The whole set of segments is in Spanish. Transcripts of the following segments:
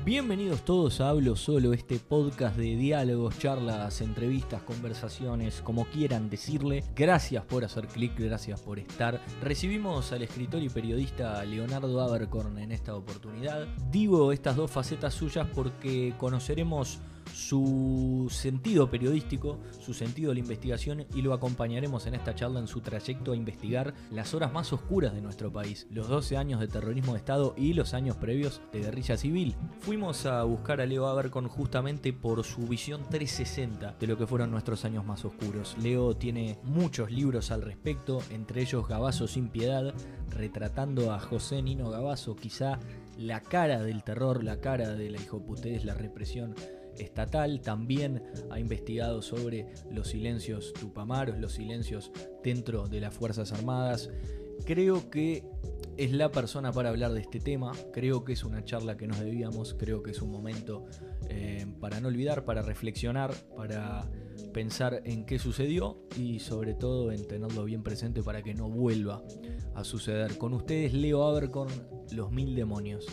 Bienvenidos todos a Hablo Solo, este podcast de diálogos, charlas, entrevistas, conversaciones, como quieran decirle. Gracias por hacer clic, gracias por estar. Recibimos al escritor y periodista Leonardo Abercorn en esta oportunidad. Digo estas dos facetas suyas porque conoceremos su sentido periodístico, su sentido de la investigación, y lo acompañaremos en esta charla en su trayecto a investigar las horas más oscuras de nuestro país, los 12 años de terrorismo de Estado y los años previos de guerrilla civil. Fuimos a buscar a Leo Abercorn justamente por su visión 360 de lo que fueron nuestros años más oscuros. Leo tiene muchos libros al respecto, entre ellos Gabazo sin piedad, retratando a José Nino Gabazo, quizá la cara del terror, la cara de la hijoputez, la represión estatal. También ha investigado sobre los silencios tupamaros, los silencios dentro de las Fuerzas Armadas. Creo que es la persona para hablar de este tema. Creo que es una charla que nos debíamos. Creo que es un momento para no olvidar, para reflexionar, para pensar en qué sucedió y sobre todo en tenerlo bien presente para que no vuelva a suceder. Con ustedes, Leo Abercorn, Los Mil Demonios.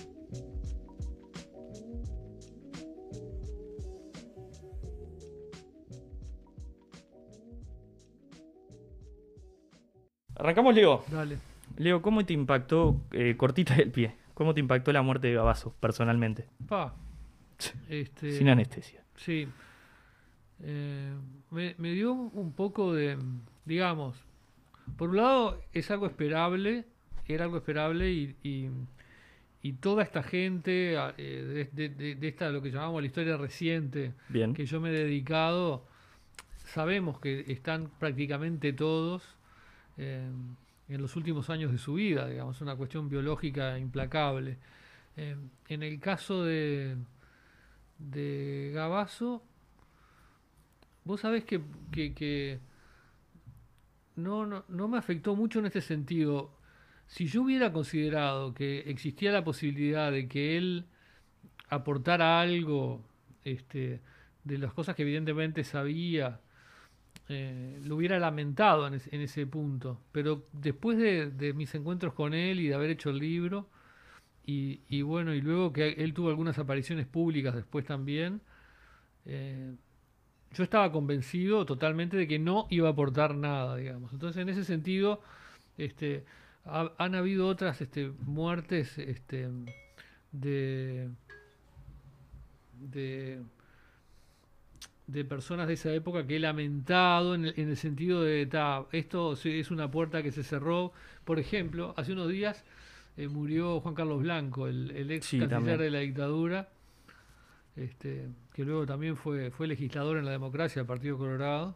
Arrancamos, Leo. Dale. Leo, ¿cómo te impactó, cortita del pie, cómo te impactó la muerte de Gabazo personalmente? Sin anestesia. Sí. Me dio un poco de, digamos, por un lado es algo esperable, era algo esperable y toda esta gente de esta, lo que llamamos la historia reciente, Bien. que yo me he dedicado, sabemos que están prácticamente todos en los últimos años de su vida, digamos, una cuestión biológica implacable. En el caso de Gabazo, vos sabés que no me afectó mucho en este sentido. Si yo hubiera considerado que existía la posibilidad de que él aportara algo de las cosas que evidentemente sabía, lo hubiera lamentado en ese punto. Pero después de mis encuentros con él y de haber hecho el libro, y bueno, y luego que él tuvo algunas apariciones públicas después también, yo estaba convencido totalmente de que no iba a aportar nada, digamos. Entonces, en ese sentido, han habido otras muertes de, de, de personas de esa época que he lamentado en el sentido de, esto es una puerta que se cerró. Por ejemplo, hace unos días murió Juan Carlos Blanco, el ex canciller de la dictadura, que luego también fue legislador en la democracia del Partido Colorado.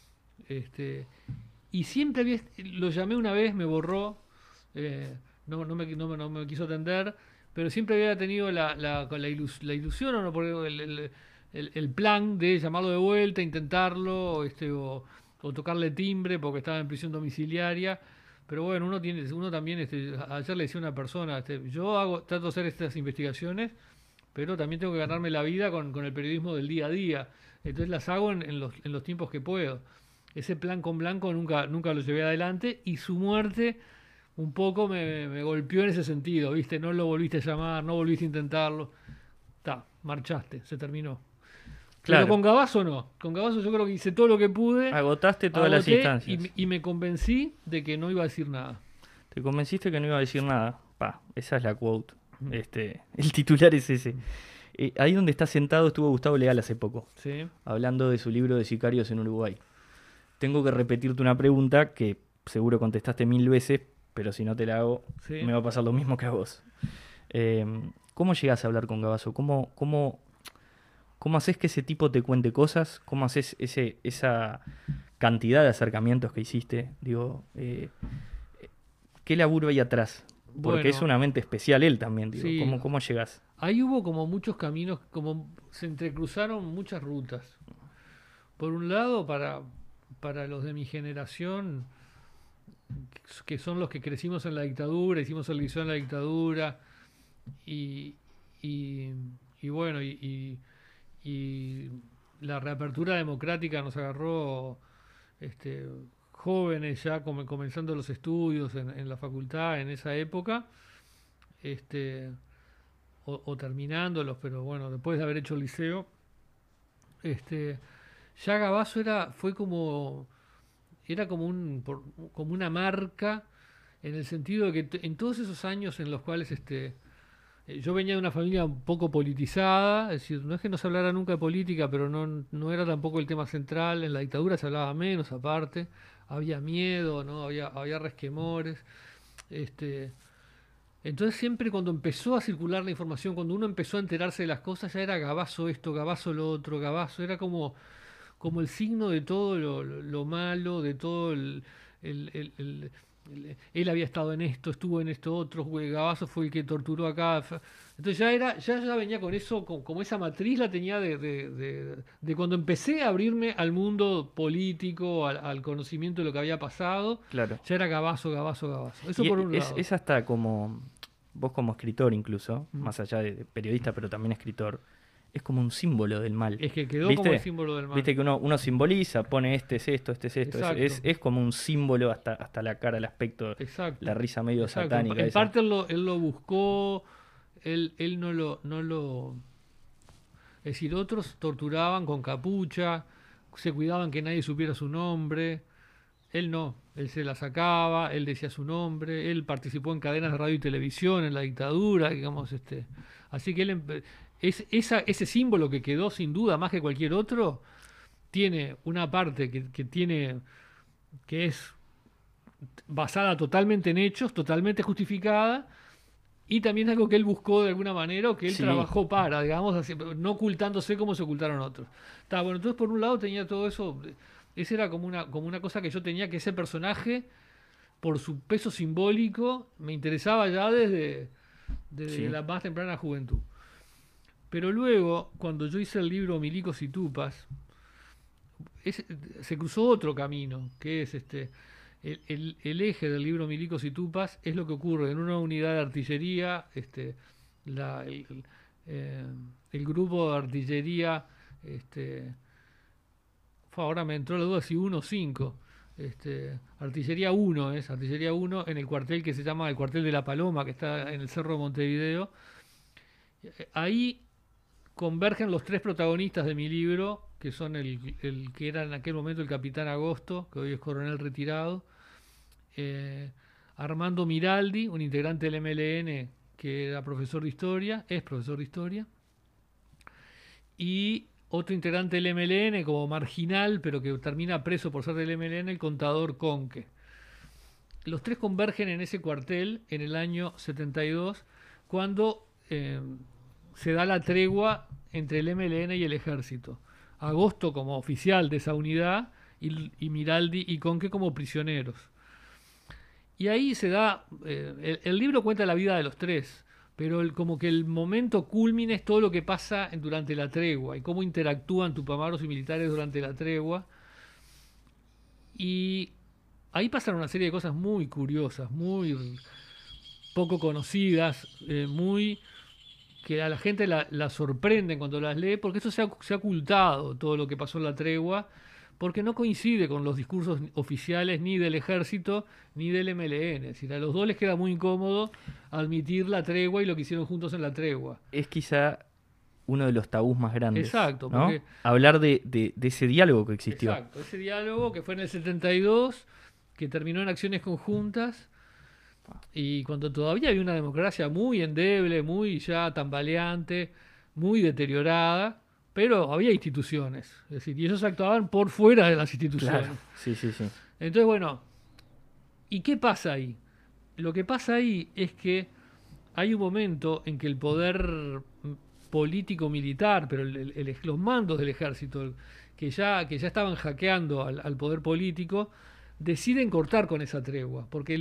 Y siempre lo llamé una vez, me borró, no me quiso atender, pero siempre había tenido la ilusión, o no, porque el plan de llamarlo de vuelta, intentarlo, o tocarle timbre porque estaba en prisión domiciliaria. Pero bueno, uno también, ayer le decía a una persona, yo trato de hacer estas investigaciones, pero también tengo que ganarme la vida con el periodismo del día a día. Entonces las hago en los tiempos que puedo. Ese plan con Blanco nunca lo llevé adelante, y su muerte un poco me golpeó en ese sentido, ¿viste? No lo volviste a llamar, no volviste a intentarlo. Marchaste, se terminó. Claro. Pero con Gabazo no. Con Gabazo yo creo que hice todo lo que pude. Agotaste todas las instancias. Y me convencí de que no iba a decir nada. Te convenciste que no iba a decir nada. Esa es la quote. El titular es ese. Ahí donde está sentado estuvo Gustavo Leal hace poco. Sí. Hablando de su libro de Sicarios en Uruguay. Tengo que repetirte una pregunta que seguro contestaste 1000 veces, pero si no te la hago, sí, me va a pasar lo mismo que a vos. ¿Cómo llegás a hablar con Gabazo? ¿Cómo haces que ese tipo te cuente cosas? ¿Cómo haces esa cantidad de acercamientos que hiciste? Digo, ¿qué laburo hay atrás? Porque es una mente especial él también. Digo, sí. ¿Cómo llegás? Ahí hubo como muchos caminos, como se entrecruzaron muchas rutas. Por un lado, para los de mi generación, que son los que crecimos en la dictadura, hicimos el liceo en la dictadura, y bueno, y la reapertura democrática nos agarró jóvenes ya comenzando los estudios en la facultad en esa época. o terminándolos, pero bueno, después de haber hecho el liceo, ya Gabazo era como una marca, en el sentido de que en todos esos años en los cuales yo venía de una familia un poco politizada, es decir, no es que no se hablara nunca de política, pero no era tampoco el tema central. En la dictadura se hablaba menos, aparte, había miedo, ¿no? Había resquemores. Este, entonces siempre cuando empezó a circular la información, cuando uno empezó a enterarse de las cosas, ya era Gabazo esto, Gabazo lo otro, Gabazo, era como el signo de todo lo malo, de todo él había estado en esto, estuvo en esto otro, Gabazo fue el que torturó acá. Entonces ya venía con eso, como esa matriz la tenía de cuando empecé a abrirme al mundo político, al conocimiento de lo que había pasado. Claro. Ya era Gabazo, Gabazo, Gabazo. Eso Y por un lado. es hasta como, vos como escritor incluso, Mm. más allá de periodista, pero también escritor, es como un símbolo del mal. Es que quedó ¿Viste? como el símbolo del mal. Viste que uno simboliza, pone este es esto, este es esto. Exacto. Es como un símbolo hasta la cara, el aspecto, Exacto. la risa medio Exacto. satánica. En esa. parte él lo buscó, él no lo. Es decir, otros torturaban con capucha, se cuidaban que nadie supiera su nombre. Él no, él se la sacaba, él decía su nombre, él participó en cadenas de radio y televisión en la dictadura, digamos, así que ese símbolo que quedó sin duda más que cualquier otro, tiene una parte que es basada totalmente en hechos, totalmente justificada, y también algo que él buscó de alguna manera, o que él Sí. trabajó para, digamos, así, no ocultándose como se ocultaron otros. Bueno, entonces por un lado tenía todo eso. Esa era como una cosa que yo tenía, que ese personaje, por su peso simbólico, me interesaba ya desde Sí. la más temprana juventud. Pero luego, cuando yo hice el libro Milicos y Tupas, se cruzó otro camino, que es el eje del libro Milicos y Tupas, es lo que ocurre en una unidad de artillería, el grupo de artillería, ahora me entró la duda si 1 o 5. Artillería 1 es Artillería 1 en el cuartel que se llama el cuartel de La Paloma, que está en el Cerro de Montevideo. Ahí convergen los tres protagonistas de mi libro, que son el que era en aquel momento el capitán Agosto, que hoy es coronel retirado, Armando Miraldi, un integrante del MLN que era profesor de historia, es profesor de historia, y otro integrante del MLN como marginal, pero que termina preso por ser del MLN, el contador Conque. Los tres convergen en ese cuartel en el año 72, cuando se da la tregua entre el MLN y el ejército. Agosto como oficial de esa unidad y Miraldi y Conque como prisioneros. Y ahí se da, el libro cuenta la vida de los tres, pero como que el momento culmine es todo lo que pasa durante la tregua y cómo interactúan tupamaros y militares durante la tregua. Y ahí pasan una serie de cosas muy curiosas, muy poco conocidas, que a la gente la sorprenden cuando las lee, porque eso se ha ocultado, todo lo que pasó en la tregua, porque no coincide con los discursos oficiales ni del ejército ni del MLN. Es decir, a los dos les queda muy incómodo admitir la tregua y lo que hicieron juntos en la tregua. Es quizá uno de los tabús más grandes. Exacto, ¿no? porque Hablar de ese diálogo que existió. Exacto, ese diálogo que fue en el 72, que terminó en acciones conjuntas, y cuando todavía había una democracia muy endeble, muy ya tambaleante, muy deteriorada, pero había instituciones, es decir, y ellos actuaban por fuera de las instituciones. Claro, sí. Entonces, bueno, ¿y qué pasa ahí? Lo que pasa ahí es que hay un momento en que el poder político-militar, pero los mandos del ejército, que ya estaban hackeando al poder político, deciden cortar con esa tregua, porque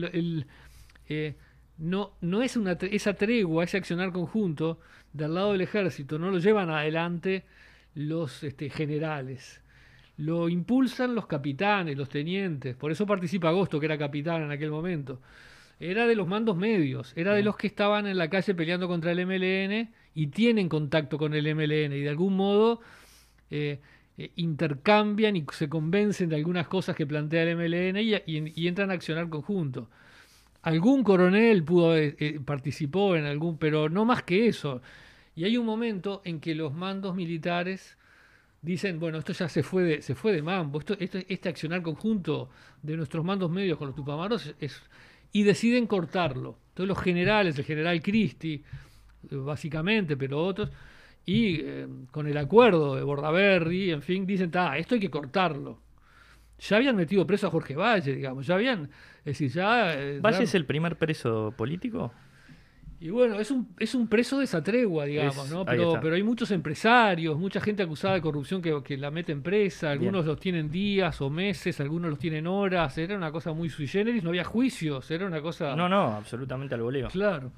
no es esa tregua, ese accionar conjunto del lado del ejército, no lo llevan adelante los generales. Lo impulsan los capitanes, los tenientes. Por eso participa Agosto, que era capitán en aquel momento. Era de los mandos medios, era de los que estaban en la calle peleando contra el MLN y tienen contacto con el MLN y de algún modo intercambian y se convencen de algunas cosas que plantea el MLN y entran a accionar conjunto. algún coronel participó en algún, pero no más que eso. Y hay un momento en que los mandos militares dicen, bueno, esto ya se fue de mambo, este accionar conjunto de nuestros mandos medios con los tupamaros y deciden cortarlo. Entonces los generales, el general Christie, básicamente, pero otros, y con el acuerdo de Bordaberry, en fin, dicen, esto hay que cortarlo. Ya habían metido preso a Jorge Valle, digamos, ya habían, es decir, ya... ¿Valle es el primer preso político? Y bueno, es un preso de esa tregua, digamos, ¿no? Pero hay muchos empresarios, mucha gente acusada de corrupción que la meten presa, algunos los tienen días o meses, algunos los tienen horas, era una cosa muy sui generis, no había juicios, era una cosa... No, absolutamente al voleo. Claro.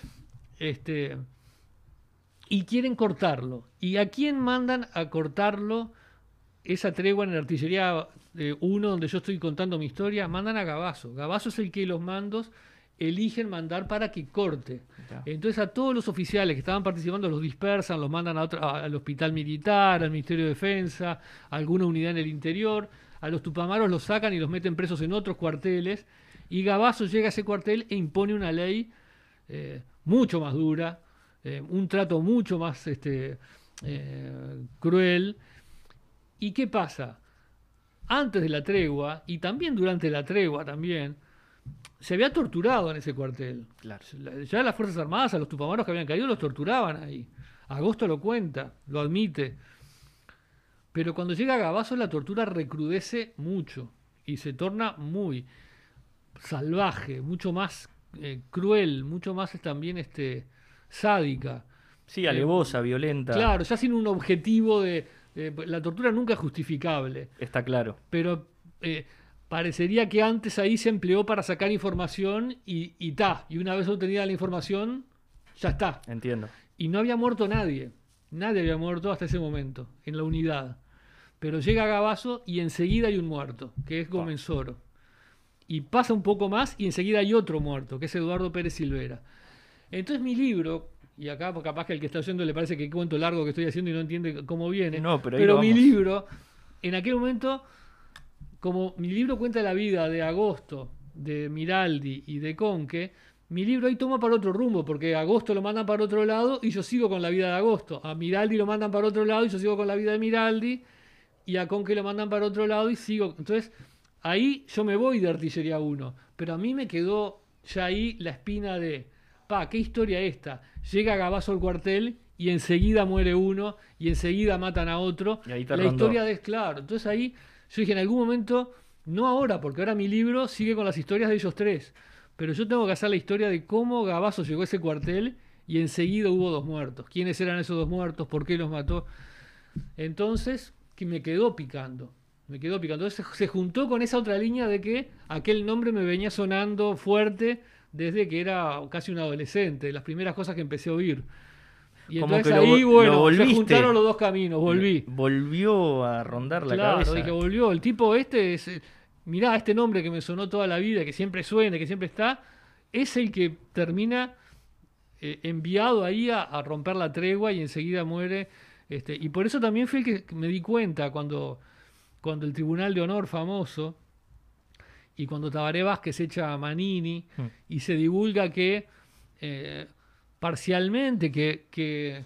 Y quieren cortarlo. ¿Y a quién mandan a cortarlo esa tregua en la artillería 1, donde yo estoy contando mi historia? Mandan a Gabazo. Gabazo es el que los mandos eligen mandar para que corte. Ya. Entonces a todos los oficiales que estaban participando los dispersan, los mandan al hospital militar, al Ministerio de Defensa, a alguna unidad en el interior. A los tupamaros los sacan y los meten presos en otros cuarteles. Y Gabazo llega a ese cuartel e impone una ley mucho más dura, un trato mucho más cruel. ¿Y qué pasa? Antes de la tregua, y también durante la tregua también, se había torturado en ese cuartel. Claro. Ya las Fuerzas Armadas, a los tupamaros que habían caído, los torturaban ahí. Agosto lo cuenta, lo admite. Pero cuando llega Gabazo, la tortura recrudece mucho y se torna muy salvaje, mucho más cruel, mucho más también sádica. Sí, alevosa, violenta. Claro, ya sin un objetivo de... la tortura nunca es justificable. Está claro. Pero parecería que antes ahí se empleó para sacar información y una vez obtenida la información, ya está. Entiendo. Y no había muerto nadie. Nadie había muerto hasta ese momento en la unidad. Pero llega Gabazo y enseguida hay un muerto, que es Gomensoro. Y pasa un poco más y enseguida hay otro muerto, que es Eduardo Pérez Silvera. Entonces mi libro, y acá capaz que al que está oyendo le parece que cuento largo que estoy haciendo y no entiende cómo viene, no, pero mi libro, en aquel momento, como mi libro cuenta la vida de Agosto, de Miraldi y de Conque, mi libro ahí toma para otro rumbo, porque a Agosto lo mandan para otro lado y yo sigo con la vida de Agosto. A Miraldi lo mandan para otro lado y yo sigo con la vida de Miraldi, y a Conque lo mandan para otro lado y sigo. Entonces, ahí yo me voy de Artillería 1, pero a mí me quedó ya ahí la espina de, ¿qué historia esta? Llega Gabazo al cuartel y enseguida muere uno y enseguida matan a otro. Y ahí te la historia de... Claro, entonces ahí yo dije, en algún momento, no ahora, porque ahora mi libro sigue con las historias de ellos tres, pero yo tengo que hacer la historia de cómo Gabazo llegó a ese cuartel y enseguida hubo 2 muertos. ¿Quiénes eran esos 2 muertos? ¿Por qué los mató? Entonces, que me quedó picando. Entonces se juntó con esa otra línea de que aquel nombre me venía sonando fuerte desde que era casi un adolescente, las primeras cosas que empecé a oír. Y como entonces que ahí, bueno, se volviste. juntaron los dos caminos, volví. Volvió a rondar la cabeza. cabeza. Dije, volvió. El tipo mirá, este nombre que me sonó toda la vida, que siempre suena, que siempre está, es el que termina enviado ahí a romper la tregua y enseguida muere. Y por eso también fue el que me di cuenta cuando el Tribunal de Honor famoso y cuando Tabaré Vázquez echa a Manini y se divulga que parcialmente que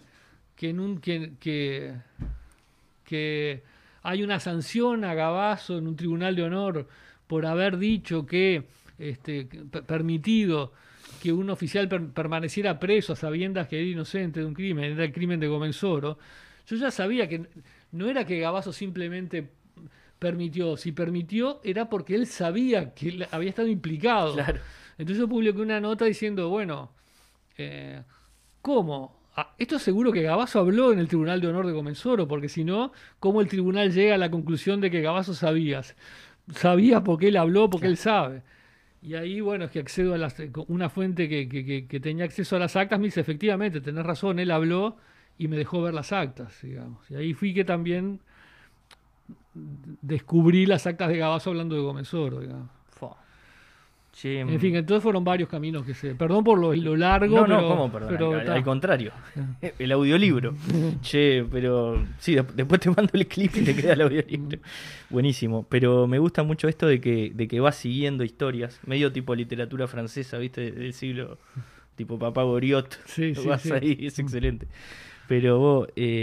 hay una sanción a Gabazo en un Tribunal de Honor por haber dicho que permitido que un oficial permaneciera preso a sabiendas que era inocente de un crimen, era el crimen de Gomensoro. Yo ya sabía que no era que Gabazo simplemente permitió, si permitió era porque él sabía que él había estado implicado. Claro. Entonces yo publiqué una nota diciendo, bueno, ¿cómo? Esto seguro que Gabazo habló en el Tribunal de Honor de Gomensoro, porque si no, ¿cómo el tribunal llega a la conclusión de que Gabazo sabía? Sabía porque él habló, porque él sabe. Y ahí, bueno, es que accedo a una fuente que tenía acceso a las actas, me dice, efectivamente, tenés razón, él habló y me dejó ver las actas, digamos. Y ahí fui que también descubrí las actas de Gabazo hablando de Gomensoro, digamos. Che, En fin, entonces fueron varios caminos que se... Perdón por lo largo, no, pero... ¿cómo? Perdón, pero al contrario. El audiolibro. Che, pero sí, después te mando el clip y te queda el audiolibro. Buenísimo. Pero me gusta mucho esto de que vas siguiendo historias, medio tipo literatura francesa, ¿viste? Del siglo, tipo Papá Goriot. Sí, sí, Vas sí. ahí, es excelente. Pero vos,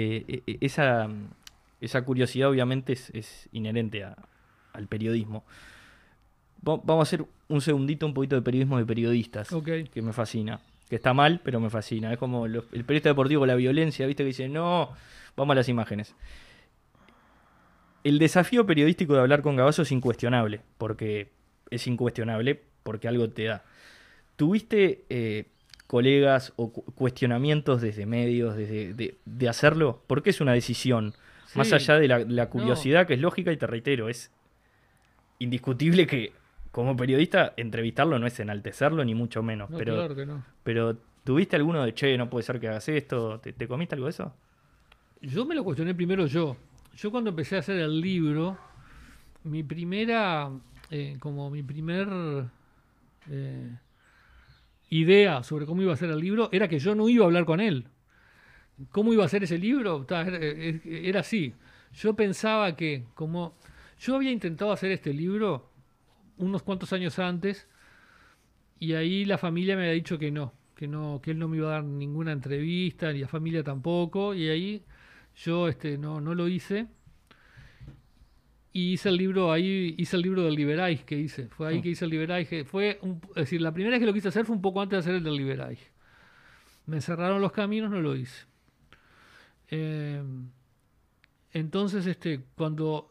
esa curiosidad obviamente es inherente al periodismo. Vamos a hacer un segundito, un poquito de periodismo de periodistas, Ok. que me fascina. Que está mal, pero me fascina. Es como el periodista deportivo con la violencia, ¿viste? Que dice, no, vamos a las imágenes. El desafío periodístico de hablar con Gabazo es incuestionable, porque es incuestionable porque algo te da. ¿Tuviste colegas o cuestionamientos desde medios, de hacerlo? Porque es una decisión. Sí. Más allá de la curiosidad, que es lógica, y te reitero, es indiscutible que como periodista entrevistarlo no es enaltecerlo, ni mucho menos. No, pero, claro que no. pero ¿tuviste alguno de, che, no puede ser que hagas esto? ¿Te comiste algo de eso? Yo me lo cuestioné primero yo. Yo cuando empecé a hacer el libro, mi primera, mi primer idea sobre cómo iba a ser el libro era que yo no iba a hablar con él. ¿Cómo iba a ser ese libro? Era así. Yo pensaba que como yo había intentado hacer este libro unos cuantos años antes y ahí la familia me había dicho que no, que él no me iba a dar ninguna entrevista, ni la familia tampoco, y ahí yo no lo hice. Y hice el libro del Liberais que hice. Fue ahí que hice el Liberais. Es decir, la primera vez que lo quise hacer fue un poco antes de hacer el del Liberais. Me cerraron los caminos, no lo hice. Entonces, cuando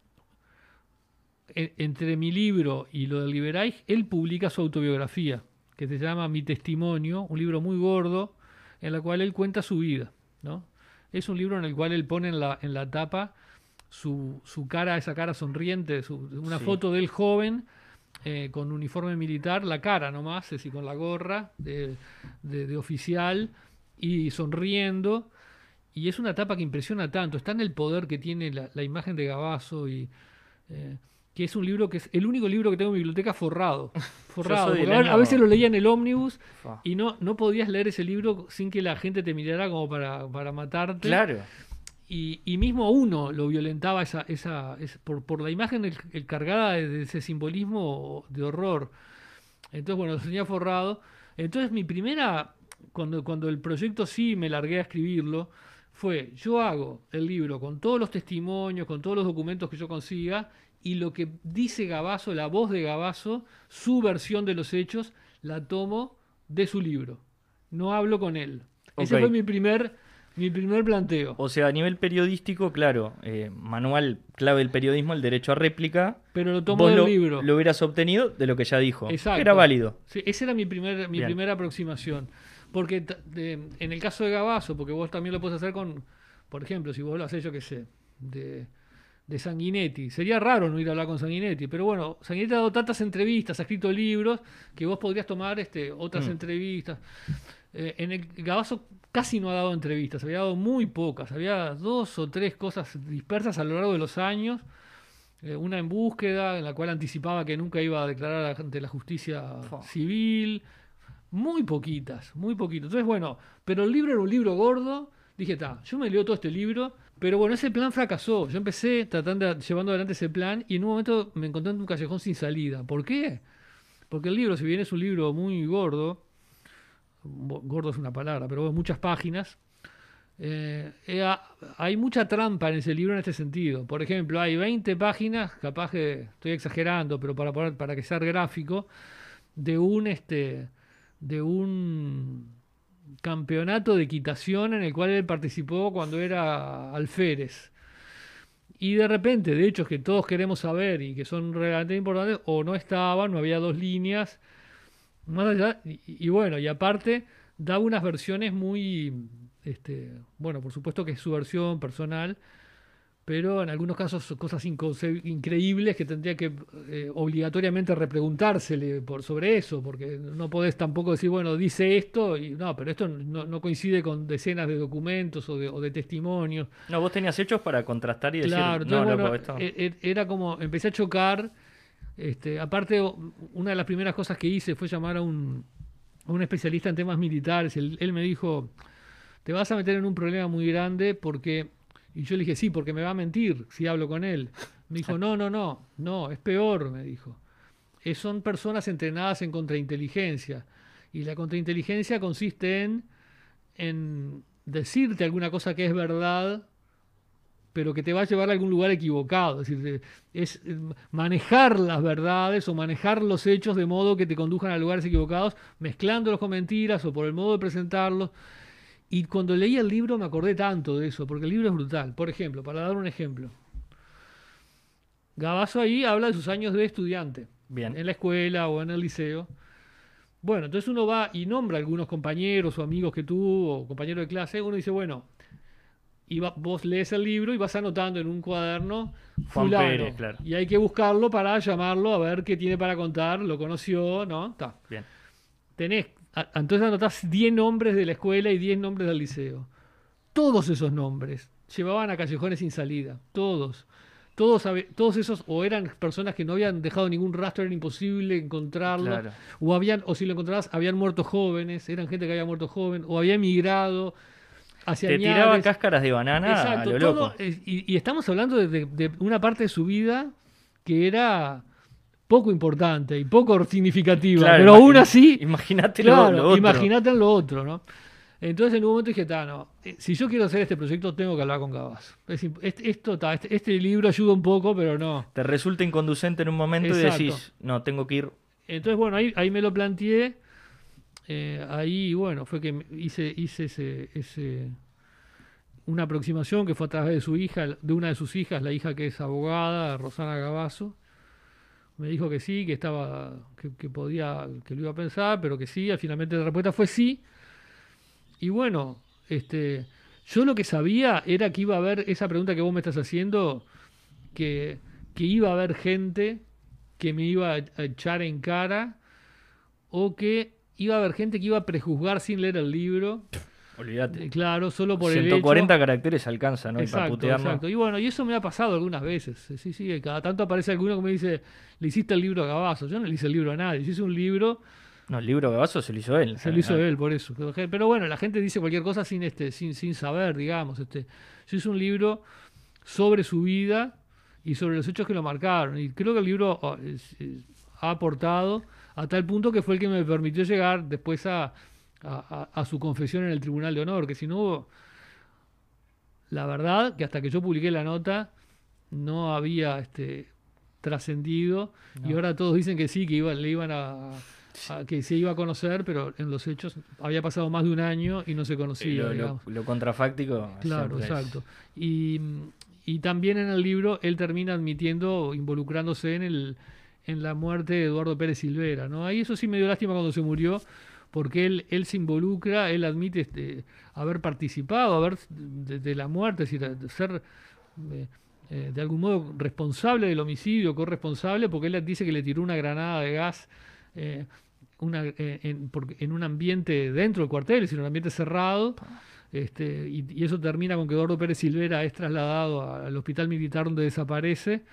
entre mi libro y lo del Liberais, él publica su autobiografía, que se llama Mi Testimonio, un libro muy gordo, en la cual él cuenta su vida, ¿no? Es un libro en el cual él pone en la tapa su cara, esa cara sonriente, una Sí. foto del joven con uniforme militar, la cara nomás, es decir, con la gorra de oficial y sonriendo. Y es una tapa que impresiona tanto, está en el poder que tiene la imagen de Gabazo y que es un libro que es el único libro que tengo en mi biblioteca forrado. Forrado. soy del Porque a año- veces lo leía en el ómnibus Fa. y no podías leer ese libro sin que la gente te mirara como para matarte. Claro. Y mismo a uno lo violentaba por la imagen cargada de ese simbolismo de horror. Entonces, bueno, lo tenía forrado. Entonces, mi primera, cuando el proyecto sí me largué a escribirlo, yo hago el libro con todos los testimonios, con todos los documentos que yo consiga, y lo que dice Gabazo, la voz de Gabazo, su versión de los hechos, la tomo de su libro. No hablo con él. Ese Ok. fue mi primer planteo. O sea, a nivel periodístico, claro, manual clave del periodismo, el derecho a réplica. Pero lo tomo Vos del libro. lo hubieras obtenido de lo que ya dijo. Exacto. Era válido. Sí, esa era mi Bien. primera aproximación. Porque en el caso de Gabazo, porque vos también lo podés hacer por ejemplo, si vos lo haces, yo qué sé, de Sanguinetti. Sería raro no ir a hablar con Sanguinetti, pero bueno, Sanguinetti ha dado tantas entrevistas, ha escrito libros, que vos podrías tomar otras entrevistas. En el Gabazo casi no ha dado entrevistas, había dado muy pocas, había 2 o 3 cosas dispersas a lo largo de los años. Una en búsqueda, en la cual anticipaba que nunca iba a declarar ante la justicia civil. Muy poquitas, muy poquito. Entonces, bueno, pero el libro era un libro gordo. Dije, yo me leo todo este libro. Pero bueno, ese plan fracasó. Yo empecé llevando adelante ese plan y en un momento me encontré en un callejón sin salida. ¿Por qué? Porque el libro, si bien es un libro muy gordo es una palabra, pero bueno, muchas páginas, hay mucha trampa en ese libro en este sentido. Por ejemplo, hay 20 páginas, capaz que estoy exagerando, pero para que sea gráfico, de un campeonato de equitación en el cual él participó cuando era alférez. Y de repente, de hechos que todos queremos saber y que son realmente importantes, o no estaban, no había 2 líneas, más allá, y bueno, y aparte, da unas versiones muy, bueno, por supuesto que es su versión personal, pero en algunos casos son cosas increíbles que tendría que obligatoriamente repreguntársele sobre eso, porque no podés tampoco decir, bueno, dice esto, y no, pero esto no coincide con decenas de documentos o de testimonios. No, vos tenías hechos para contrastar y decir, Claro, no, entonces, loco, bueno, esto. era como, empecé a chocar Aparte, una de las primeras cosas que hice fue llamar a un especialista en temas militares. Él me dijo, te vas a meter en un problema muy grande porque... Y yo le dije, sí, porque me va a mentir si hablo con él. Me dijo, no, es peor, me dijo. Son personas entrenadas en contrainteligencia. Y la contrainteligencia consiste en decirte alguna cosa que es verdad, pero que te va a llevar a algún lugar equivocado. Es decir, es manejar las verdades o manejar los hechos de modo que te conduzcan a lugares equivocados, mezclándolos con mentiras o por el modo de presentarlos. Y cuando leí el libro me acordé tanto de eso, porque el libro es brutal. Por ejemplo, para dar un ejemplo, Gabazo ahí habla de sus años de estudiante, Bien. en la escuela o en el liceo. Bueno, entonces uno va y nombra a algunos compañeros o amigos que tuvo, o compañeros de clase, uno dice, bueno, vos lees el libro y vas anotando en un cuaderno Juan fulano, Pérez, claro. y hay que buscarlo para llamarlo a ver qué tiene para contar, lo conoció, ¿no? Está. Bien. Entonces anotás 10 nombres de la escuela y 10 nombres del liceo. Todos esos nombres llevaban a callejones sin salida, todos. Todos esos o eran personas que no habían dejado ningún rastro, era imposible encontrarlo, Claro. o si lo encontrabas, habían muerto jóvenes, eran gente que había muerto joven, o había emigrado hacia Te Añares. tiraba cáscaras de banana Exacto, a lo todo, loco. y estamos hablando de una parte de su vida que era poco importante y poco significativa, Claro, pero aún así, Imagínate claro, lo otro. imagínate en lo otro, ¿no? Entonces en un momento dije, si yo quiero hacer este proyecto tengo que hablar con Gabazo. Este libro ayuda un poco, pero no. Te resulta inconducente en un momento Exacto. y decís, no, tengo que ir. Entonces, bueno, ahí me lo planteé. Ahí, bueno, fue que hice una aproximación que fue a través de su hija, de una de sus hijas, la hija que es abogada, Rosana Gabazo. Me dijo que sí, que estaba, que podía, que lo iba a pensar, pero que sí. Finalmente la respuesta fue sí. Y bueno, yo lo que sabía era que iba a haber esa pregunta que vos me estás haciendo, que iba a haber gente que me iba a echar en cara o que iba a haber gente que iba a prejuzgar sin leer el libro. Olvídate. Claro, solo por el 140 hecho. caracteres alcanza, ¿no? Y para Exacto, putearlo. exacto. Y bueno, y eso me ha pasado algunas veces. Sí, cada tanto aparece alguno que me dice, le hiciste el libro a Gabazo. Yo no le hice el libro a nadie, yo hice un libro. No, el libro Gabazo se lo hizo él. Se lo hizo él, por eso. Pero bueno, la gente dice cualquier cosa sin saber, digamos. Yo hice un libro sobre su vida y sobre los hechos que lo marcaron. Y creo que el libro ha aportado a tal punto que fue el que me permitió llegar después a su confesión en el Tribunal de Honor, que si no hubo... La verdad que hasta que yo publiqué la nota no había trascendido, No. y ahora todos dicen que sí, que le iban que se iba a conocer, pero en los hechos había pasado más de un año y no se conocía, digamos. Lo contrafáctico. Claro, siempre es. exacto. Y también en el libro él termina admitiendo, involucrándose en la muerte de Eduardo Pérez Silvera, ¿no? Ahí eso sí me dio lástima cuando se murió, porque él se involucra, él admite haber participado, de la muerte, es decir, de ser de algún modo responsable del homicidio, corresponsable, porque él dice que le tiró una granada de gas en un ambiente dentro del cuartel, es decir, un ambiente cerrado. Y eso termina con que Eduardo Pérez Silvera es trasladado al hospital militar donde desaparece.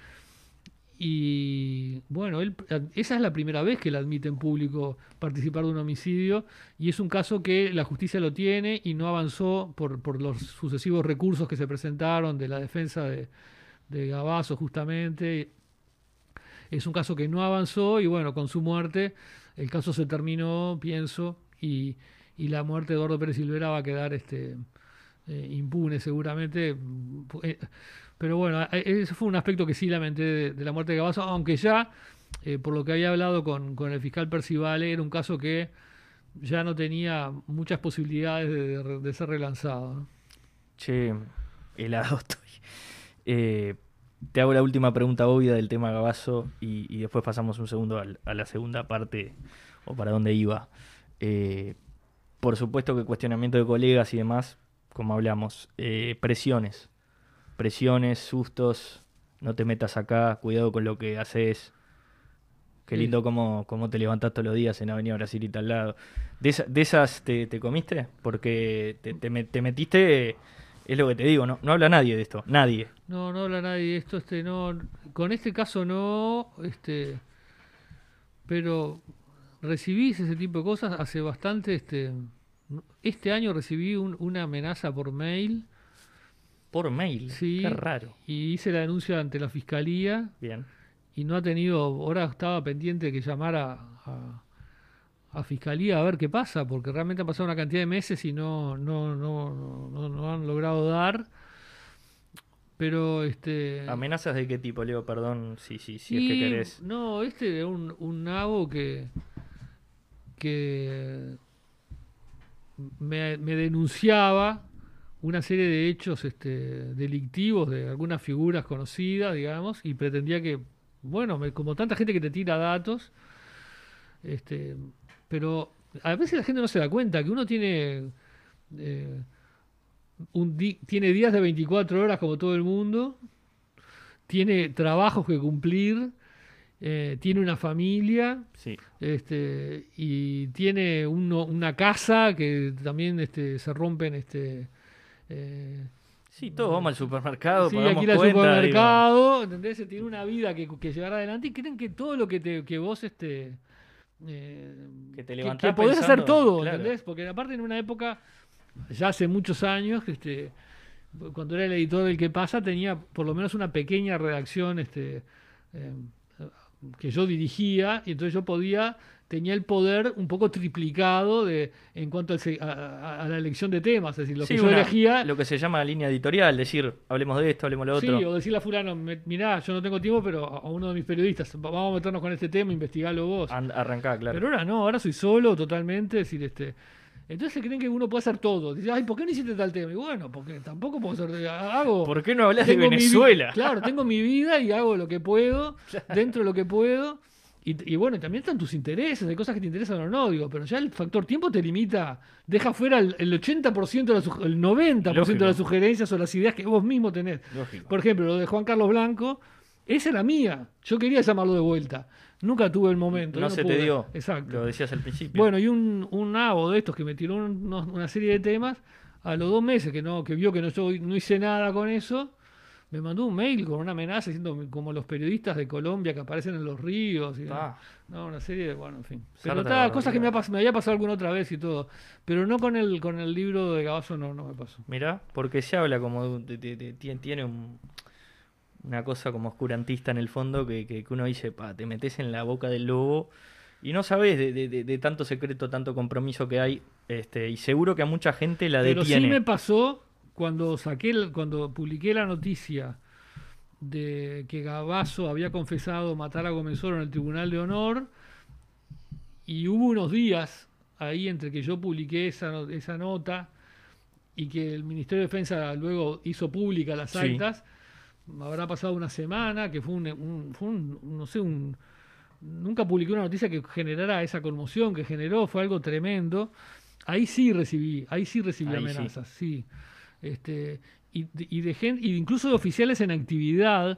Y bueno, esa es la primera vez que él admite en público participar de un homicidio, y es un caso que la justicia lo tiene y no avanzó por los sucesivos recursos que se presentaron de la defensa de Gabazo, justamente. Es un caso que no avanzó y bueno, con su muerte el caso se terminó, pienso, y la muerte de Eduardo Pérez Silvera va a quedar impune seguramente. Pero bueno, ese fue un aspecto que sí lamenté de la muerte de Gabazo, aunque ya, por lo que había hablado con el fiscal Percivale, era un caso que ya no tenía muchas posibilidades de ser relanzado, ¿no? Che, helado estoy. Te hago la última pregunta obvia del tema Gabazo y después pasamos un segundo a la segunda parte, o para dónde iba. Por supuesto que cuestionamiento de colegas y demás, como hablamos. Presiones, sustos, no te metas acá, cuidado con lo que haces. Qué Sí. lindo cómo te levantás todos los días en Avenida Brasilita al lado. ¿De esas te comiste? Porque te metiste, es lo que te digo, no habla nadie de esto, nadie. No habla nadie de esto, no, con este caso no, pero recibí ese tipo de cosas hace bastante. Este año recibí una amenaza por mail. Por mail, Sí, qué raro. y hice la denuncia ante la fiscalía Bien. y no ha tenido, ahora estaba pendiente de que llamara a fiscalía a ver qué pasa, porque realmente ha pasado una cantidad de meses y no han logrado dar, pero ¿Amenazas de qué tipo, Leo? Perdón, si es que y querés. no, de un nabo que me denunciaba una serie de hechos delictivos de algunas figuras conocidas, digamos, y pretendía que, bueno, como tanta gente que te tira datos, este, pero a veces la gente no se da cuenta que uno tiene, eh, tiene días de 24 horas como todo el mundo, tiene trabajos que cumplir, tiene una familia, Sí. y tiene una casa que también se rompen. Eh, Sí, todos vamos al supermercado, sí, pagamos aquí al cuenta, digo. supermercado, ¿entendés? Se tiene una vida que llevar adelante y creen que todo lo que vos Que te que levantás podés hacer pensando, todo, claro. ¿entendés? Porque aparte en una época, ya hace muchos años, cuando era el editor del Que Pasa, tenía por lo menos una pequeña redacción eh, que yo dirigía, y entonces tenía el poder un poco triplicado en cuanto a la elección de temas, es decir, lo Sí, que yo elegía. lo que se llama línea editorial, decir, hablemos de esto, hablemos de lo Sí, otro. o decirle a fulano, mirá, yo no tengo tiempo, pero a uno de mis periodistas, vamos a meternos con este tema, investigalo vos. Arrancá, claro. Pero ahora no, ahora soy solo totalmente, es decir, entonces se creen que uno puede hacer todo. Dice, ay, ¿por qué no hiciste tal tema? Y bueno, porque tampoco puedo hacer, hago. ¿Por qué no hablas de tengo Venezuela? Claro, tengo mi vida y hago lo que puedo, dentro de lo que puedo. Y bueno, también están tus intereses, hay cosas que te interesan o no, digo, pero ya el factor tiempo te limita, deja fuera el 80% el 90% de Lógico. las sugerencias o las ideas que vos mismo tenés. Lógico. Por ejemplo, lo de Juan Carlos Blanco, esa era mía. Yo quería llamarlo de vuelta. Nunca tuve el momento. No yo se pude. te dio. Exacto. Lo decías al principio. Bueno, y un nabo de estos que me tiró una serie de temas, a los 2 meses que vio que no hice nada con eso, me mandó un mail con una amenaza diciendo como los periodistas de Colombia que aparecen en los ríos. No, una serie de, bueno, en fin. Pero Sarta cosas que barbaridad. me había pasado alguna otra vez y todo. Pero no con el libro de Gabazo, no me pasó. Mirá, porque se habla como tiene una cosa como oscurantista en el fondo que uno dice, te metes en la boca del lobo y no sabes de tanto secreto, tanto compromiso que hay, y seguro que a mucha gente la Pero detiene. sí me pasó cuando cuando publiqué la noticia de que Gabazo había confesado matar a Gómez Oro en el Tribunal de Honor, y hubo unos días ahí entre que yo publiqué esa nota y que el Ministerio de Defensa luego hizo pública las Sí. actas. Habrá pasado una semana, que no sé, nunca publiqué una noticia que generara esa conmoción que generó, fue algo tremendo. Ahí sí recibí Ahí sí. amenazas, sí. Y de gente, y incluso de oficiales en actividad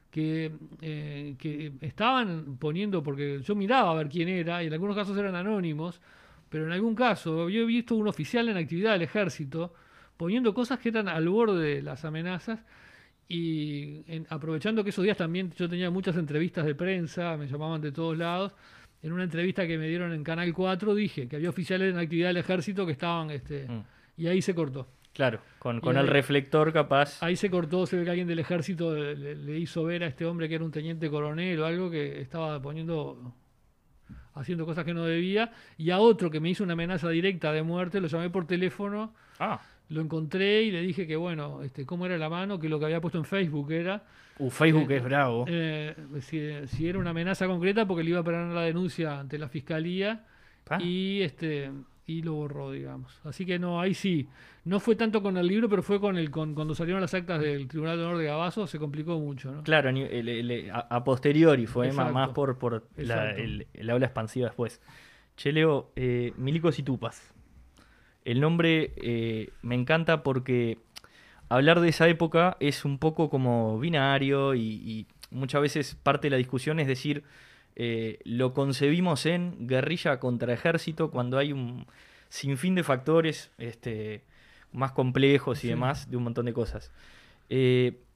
que estaban poniendo, porque yo miraba a ver quién era, y en algunos casos eran anónimos, pero en algún caso yo he visto un oficial en actividad del ejército poniendo cosas que eran al borde de las amenazas. Y aprovechando que esos días también yo tenía muchas entrevistas de prensa, me llamaban de todos lados. En una entrevista que me dieron en Canal 4 dije que había oficiales en actividad del ejército que estaban, y ahí se cortó. Claro, con Y el ahí- reflector capaz. Ahí se cortó, se ve que alguien del ejército le hizo ver a este hombre que era un teniente coronel o algo que estaba haciendo cosas que no debía, y a otro que me hizo una amenaza directa de muerte, lo llamé por teléfono. Ah, Lo encontré y le dije que, bueno, cómo era la mano, que lo que había puesto en Facebook era Facebook eh, es bravo. si era una amenaza concreta, porque le iba a poner la denuncia ante la fiscalía Pa. y lo borró, digamos. Así que no, ahí sí. No fue tanto con el libro, pero fue cuando salieron las actas del Tribunal de Honor de Gabazo, se complicó mucho, ¿no? Claro, a posteriori fue Exacto. más por Exacto. el aula expansiva después. Che, Leo, Milicos y Tupas. El nombre me encanta porque hablar de esa época es un poco como binario y muchas veces parte de la discusión es decir, lo concebimos en guerrilla contra ejército cuando hay un sinfín de factores más complejos y Sí. demás, de un montón de cosas. Eh,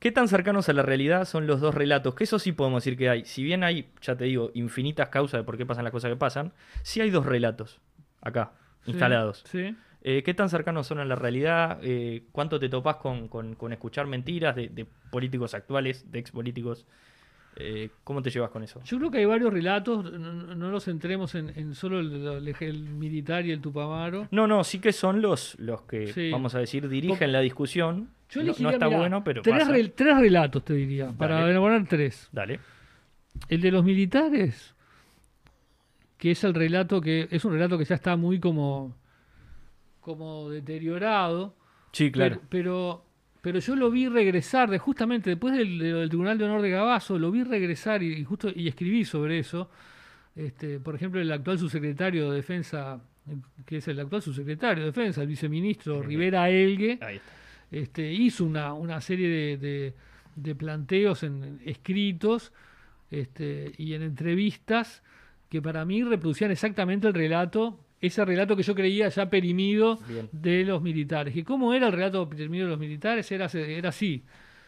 ¿Qué tan cercanos a la realidad son los dos relatos? Que eso sí podemos decir que hay. Si bien hay, ya te digo, infinitas causas de por qué pasan las cosas que pasan, sí hay dos relatos acá, instalados. Sí. ¿Qué tan cercanos son a la realidad? ¿Cuánto te topás con escuchar mentiras de políticos actuales, de expolíticos? ¿Cómo te llevas con eso? Yo creo que hay varios relatos, no nos centremos en solo el militar y el Tupamaro. No, sí que son los que, Sí. vamos a decir, dirigen la discusión. Yo No elegiría, está mirá, bueno, pero tres, pasa. tres relatos, te diría, para Dale. elaborar tres. Dale. El de los militares, que es el relato que es un relato que ya está muy como deteriorado. Sí, claro. Pero yo lo vi regresar, justamente después del Tribunal de Honor de Gabazo, lo vi regresar y escribí sobre eso. Por ejemplo, el actual subsecretario de Defensa, que es el actual subsecretario de Defensa, el viceministro Rivera Elgue, Ahí está. hizo una serie de planteos escritos y en entrevistas que para mí reproducían exactamente ese relato que yo creía ya perimido Bien. de los militares. ¿Y cómo era el relato perimido de los militares? Era así.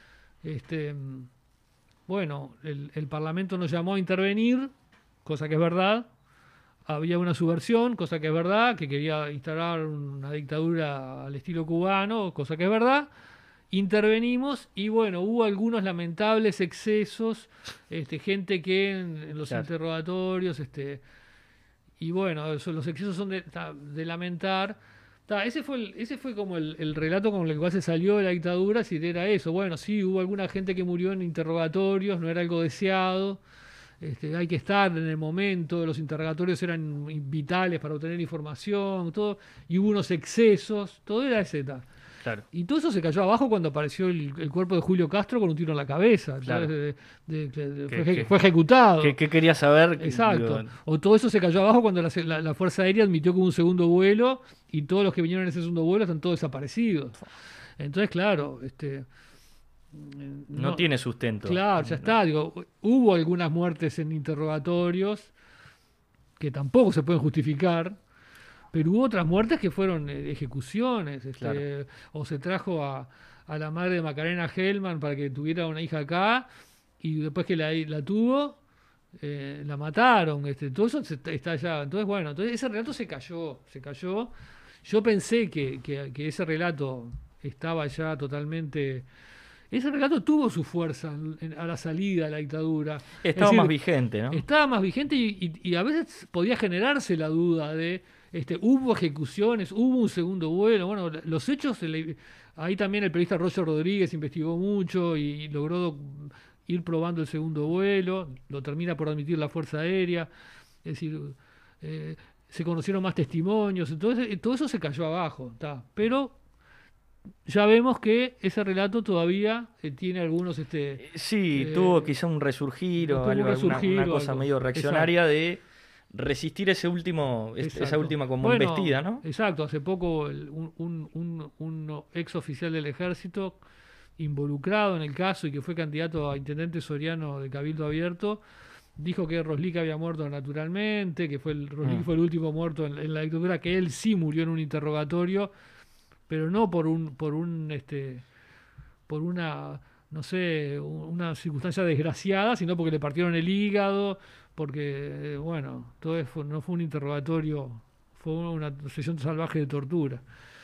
Bueno, el Parlamento nos llamó a intervenir, cosa que es verdad. Había una subversión, cosa que es verdad, que quería instalar una dictadura al estilo cubano, cosa que es verdad. Intervenimos y bueno, hubo algunos lamentables excesos, gente que en los Claro. interrogatorios, y bueno, los excesos son de lamentar. Ese fue como el relato con el cual se salió de la dictadura, si era eso. Bueno, sí, hubo alguna gente que murió en interrogatorios, no era algo deseado. Hay que estar en el momento, los interrogatorios eran vitales para obtener información, todo, y hubo unos excesos, todo era ese. Claro. Y todo eso se cayó abajo cuando apareció el cuerpo de Julio Castro con un tiro en la cabeza. Claro. Fue ejecutado. ¿Qué querías saber? Exacto. Digo, O todo eso se cayó abajo cuando la Fuerza Aérea admitió que hubo un segundo vuelo y todos los que vinieron en ese segundo vuelo están todos desaparecidos. Entonces, claro, no tiene sustento. Claro, ya está. Digo, hubo algunas muertes en interrogatorios que tampoco se pueden justificar, pero hubo otras muertes que fueron ejecuciones. Claro. O se trajo a la madre de Macarena Hellman para que tuviera una hija acá y después que la tuvo, la mataron. Todo eso está allá. Entonces, bueno, ese relato se cayó. Yo pensé que ese relato estaba ya totalmente... Ese relato tuvo su fuerza a la salida de la dictadura. Estaba más vigente, ¿no? Estaba más vigente y a veces podía generarse la duda de, hubo ejecuciones, hubo un segundo vuelo. Bueno, los hechos, ahí también el periodista Roger Rodríguez investigó mucho y logró ir probando el segundo vuelo, lo termina por admitir la Fuerza Aérea. Es decir, se conocieron más testimonios, entonces todo eso se cayó abajo. Pero ya vemos que ese relato todavía tiene algunos... sí, tuvo quizá un resurgir o tuvo algo, un resurgir una o cosa algo. medio reaccionaria de resistir esa última como embestida, ¿no? Exacto, hace poco un ex oficial del ejército involucrado en el caso y que fue candidato a intendente soriano de Cabildo Abierto, dijo que Roslic había muerto naturalmente, que Roslic fue el último muerto en la dictadura, que él sí murió en un interrogatorio, pero no por una, no sé, una circunstancia desgraciada, sino porque le partieron el hígado, porque, bueno, no fue un interrogatorio, fue una sesión salvaje de tortura.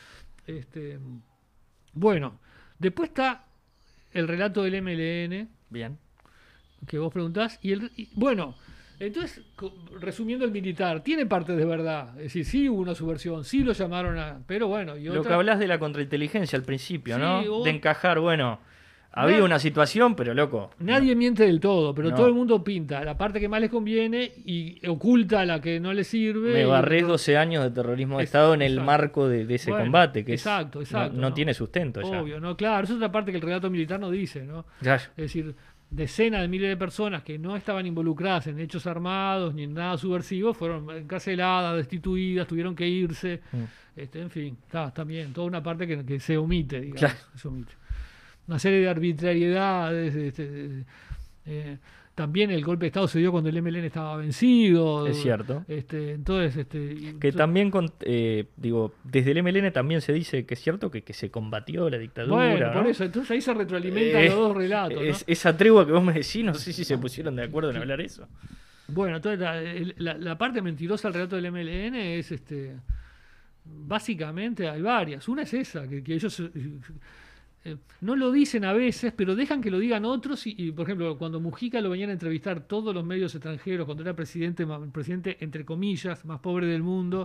Bueno, después está el relato del MLN, Bien. que vos preguntás, bueno, entonces, resumiendo, el militar tiene partes de verdad, es decir, sí hubo una subversión, sí lo llamaron pero bueno, Lo que hablas de la contrainteligencia al principio, Sí, ¿no? De encajar, bueno, había una situación, pero loco. Nadie miente del todo, pero No. todo el mundo pinta la parte que más les conviene y oculta la que no les sirve. Me barré 12 años de terrorismo de Estado en el exacto. marco de ese Bueno, combate, que exacto, no tiene sustento ya. Obvio, no, claro, eso es otra parte que el relato militar no dice, ¿no? Ya. Es decir, decenas de miles de personas que no estaban involucradas en hechos armados ni en nada subversivo fueron encarceladas, destituidas, tuvieron que irse. En fin, está también, toda una parte que se omite, digamos. Claro. Se omite. Una serie de arbitrariedades, También el golpe de Estado se dio cuando el MLN estaba vencido. Es cierto. Entonces, Que también, digo, desde el MLN también se dice que es cierto que se combatió la dictadura. Bueno, por ¿no? eso, entonces ahí se retroalimentan los dos relatos, ¿no? Esa tregua que vos me decís, no sé si se pusieron de acuerdo en hablar eso. Bueno, entonces la parte mentirosa del relato del MLN es, básicamente hay varias. Una es esa, que ellos no lo dicen a veces, pero dejan que lo digan otros. Y, por ejemplo, cuando Mujica lo venían a entrevistar todos los medios extranjeros, cuando era presidente entre comillas, más pobre del mundo,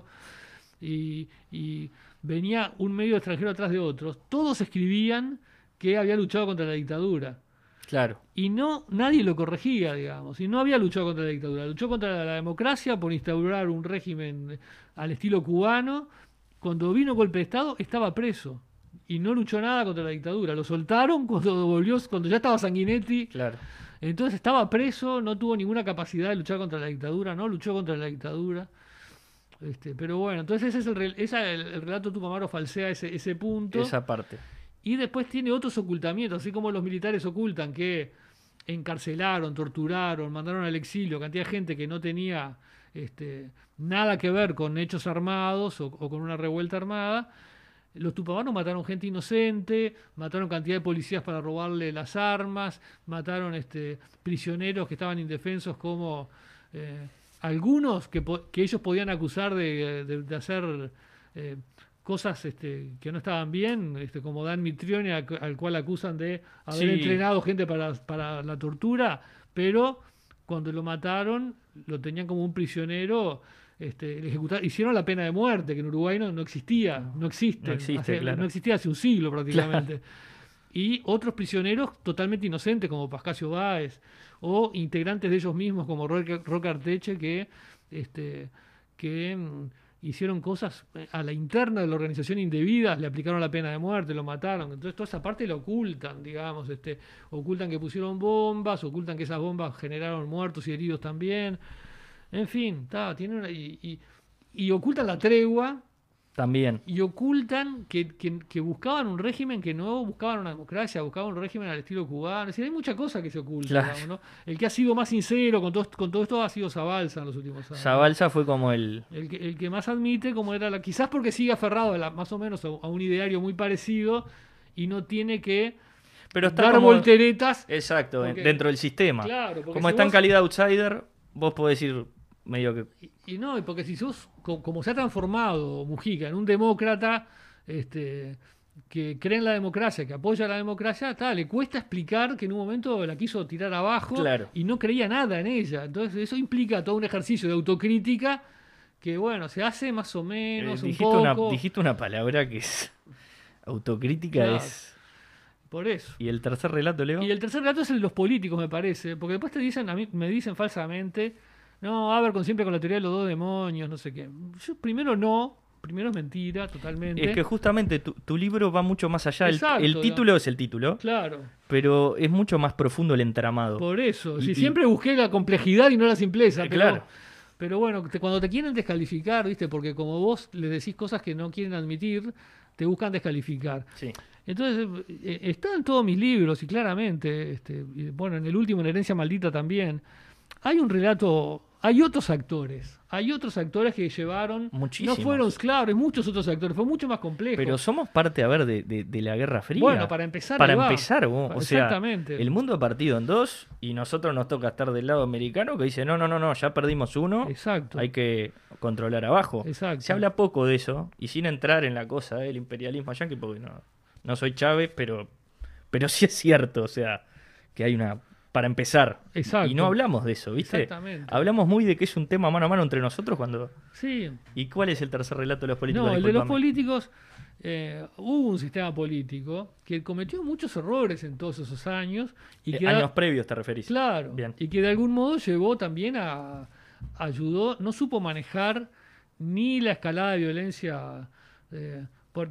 y venía un medio extranjero atrás de otros, todos escribían que había luchado contra la dictadura. Claro. Y nadie lo corregía, digamos. Y no había luchado contra la dictadura. Luchó contra la democracia por instaurar un régimen al estilo cubano. Cuando vino el golpe de Estado, estaba preso. Y no luchó nada contra la dictadura. Lo soltaron cuando ya estaba Sanguinetti. Claro. Entonces estaba preso, no tuvo ninguna capacidad de luchar contra la dictadura, no luchó contra la dictadura. Pero bueno, entonces ese es el relato Tupamaro falsea ese punto. Esa parte. Y después tiene otros ocultamientos, así como los militares ocultan que encarcelaron, torturaron, mandaron al exilio cantidad de gente que no tenía nada que ver con hechos armados o con una revuelta armada. Los tupamaros mataron gente inocente, mataron cantidad de policías para robarle las armas, mataron prisioneros que estaban indefensos, como algunos que ellos podían acusar de hacer cosas que no estaban bien, como Dan Mitrione, al cual acusan de haber entrenado gente para la tortura, pero cuando lo mataron lo tenían como un prisionero. Hicieron la pena de muerte, que en Uruguay no existía, no existe, claro. no existía hace un siglo prácticamente. Claro. Y otros prisioneros totalmente inocentes, como Pascasio Báez, o integrantes de ellos mismos, como Roca Arteche, que hicieron cosas a la interna de la organización indebidas, le aplicaron la pena de muerte, lo mataron. Entonces toda esa parte la ocultan, digamos, ocultan que pusieron bombas, ocultan que esas bombas generaron muertos y heridos también. En fin, y ocultan la tregua. También. Y ocultan que buscaban un régimen, que no buscaban una democracia, buscaban un régimen al estilo cubano. Es decir, hay muchas cosas que se ocultan. Claro. Digamos, ¿no? El que ha sido más sincero con todo esto ha sido Zabalza en los últimos años. Zabalza fue como el que más admite, como era quizás porque sigue aferrado más o menos a un ideario muy parecido y no tiene que dar volteretas. Exacto, dentro del sistema. Claro, como está en calidad outsider, vos podés ir medio que... Y porque si sos, como se ha transformado Mujica en un demócrata que cree en la democracia, que apoya la democracia, le cuesta explicar que en un momento la quiso tirar abajo. Claro. Y no creía nada en ella. Entonces eso implica todo un ejercicio de autocrítica que, bueno, se hace más o menos un poco. Dijiste una palabra que es... Autocrítica, claro. Es... Por eso. ¿Y el tercer relato, Leo? Y el tercer relato es el de los políticos, me parece. Porque después me dicen falsamente... No, siempre con la teoría de los dos demonios, no sé qué. Yo primero es mentira, totalmente. Es que justamente tu libro va mucho más allá. Exacto, el título es el título. Claro. Pero es mucho más profundo el entramado. Por eso. Siempre busqué la complejidad y no la simpleza. Claro. Pero bueno, cuando te quieren descalificar, ¿viste? Porque como vos les decís cosas que no quieren admitir, te buscan descalificar. Sí. Entonces, está en todos mis libros y claramente, bueno, en el último, en Herencia Maldita también, hay un relato, hay otros actores que llevaron, muchísimos. No fueron, claro, hay muchos otros actores, fue mucho más complejo. Pero somos parte, de la Guerra Fría. Bueno, para empezar, o sea, el mundo ha partido en dos y nosotros nos toca estar del lado americano que dice, no, ya perdimos uno. Exacto. Hay que controlar abajo. Exacto. Se habla poco de eso y sin entrar en la cosa del imperialismo yanqui, porque no soy Chávez, pero sí es cierto, o sea, que hay una... Para empezar. Exacto. Y no hablamos de eso, ¿viste? Exactamente. Hablamos muy de que es un tema mano a mano entre nosotros cuando... Sí. ¿Y cuál es el tercer relato de los políticos? No, el de los políticos... hubo un sistema político que cometió muchos errores en todos esos años. Y años previos te referís. Claro. Bien. Y que de algún modo llevó también ayudó, no supo manejar ni la escalada de violencia, de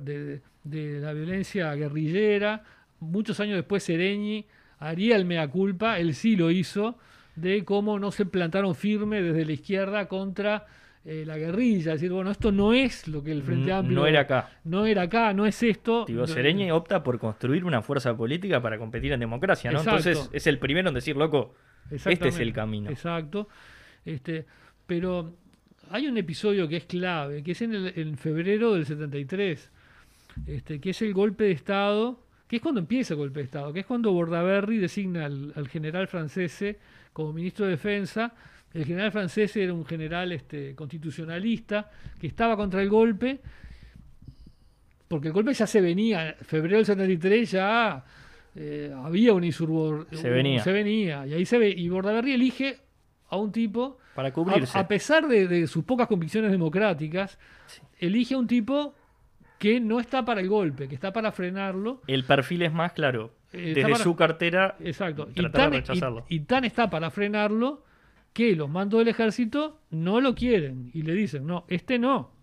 la violencia guerrillera. Muchos años después Sereñi haría el mea culpa, él sí lo hizo, de cómo no se plantaron firme desde la izquierda contra la guerrilla, decir, bueno, esto no es lo que el Frente Amplio... No era acá. No era acá, no es esto. Tipo, Sereñi opta por construir una fuerza política para competir en democracia, ¿no? Exacto. Entonces es el primero en decir, loco, este es el camino. Exacto. Pero hay un episodio que es clave, que es en febrero del 73, que es el golpe de Estado, que es cuando empieza el golpe de Estado, que es cuando Bordaberry designa al general Francese como ministro de Defensa. El general Francese era un general constitucionalista que estaba contra el golpe, porque el golpe ya se venía, en febrero del 73 ya había un insubordinación. Se venía. Y Bordaberry elige a un tipo, para cubrirse. A pesar de sus pocas convicciones democráticas, sí, elige a un tipo que no está para el golpe, que está para frenarlo. El perfil es más claro, desde su cartera, exacto, tratar de rechazarlo. Y tan está para frenarlo que los mandos del ejército no lo quieren y le dicen, no, este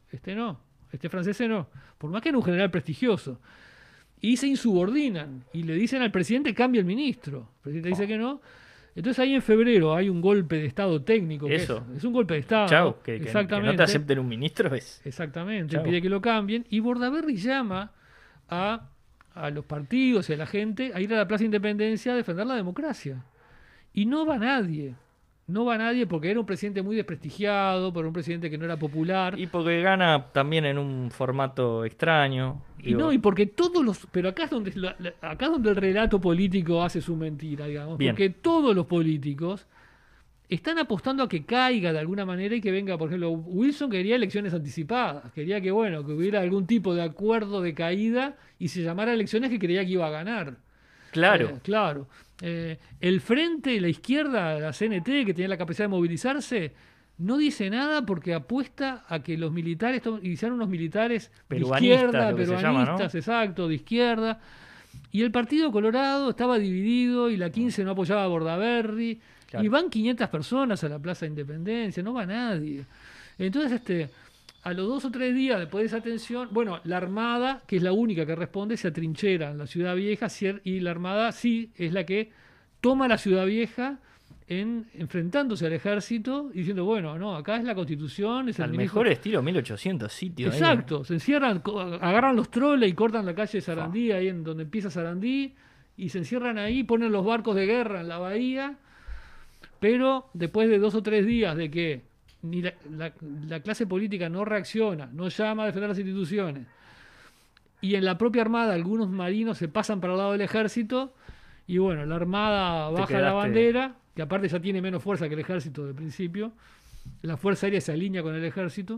francés no, por más que era un general prestigioso. Y se insubordinan y le dicen al presidente, cambia el ministro. El presidente dice que no. Entonces ahí en febrero hay un golpe de Estado técnico. Eso. Es un golpe de Estado. Chau, que no te acepten un ministro es... Exactamente, Chau. pide que lo cambien. Y Bordaberry llama a los partidos y a la gente a ir a la Plaza Independencia a defender la democracia. Y no va nadie. No va nadie porque era un presidente muy desprestigiado, por un presidente que no era popular. Y porque gana también en un formato extraño. Y porque todos los... Pero acá es donde el relato político hace su mentira, digamos. Bien. Porque todos los políticos están apostando a que caiga de alguna manera y que venga, por ejemplo, Wilson quería elecciones anticipadas. Quería que hubiera algún tipo de acuerdo de caída y se llamara elecciones que creía que iba a ganar. Claro. Claro. El frente, la izquierda, la CNT, que tenía la capacidad de movilizarse, no dice nada porque apuesta a que los militares, y sean unos militares de izquierda, peruanistas, ¿no? Exacto, de izquierda. Y el Partido Colorado estaba dividido y la 15 no apoyaba a Bordaberry. Claro. Y van 500 personas a la Plaza Independencia, no va nadie. Entonces, a los 2 o 3 días después de esa tensión, bueno, la Armada, que es la única que responde, se atrinchera en la Ciudad Vieja, y la Armada sí es la que toma la Ciudad Vieja enfrentándose al ejército, diciendo, bueno, no, acá es la Constitución, es el al mejor estilo 1800 sitios. Exacto, ahí, ¿no? Se encierran, agarran los troles y cortan la calle de Sarandí, ahí en donde empieza Sarandí, y se encierran ahí, ponen los barcos de guerra en la bahía, pero después de 2 o 3 días de que ni la clase política no reacciona, no llama a defender las instituciones, y en la propia Armada algunos marinos se pasan para el lado del ejército, y bueno, la Armada baja la bandera, que aparte ya tiene menos fuerza que el ejército de principio, la Fuerza Aérea se alinea con el ejército,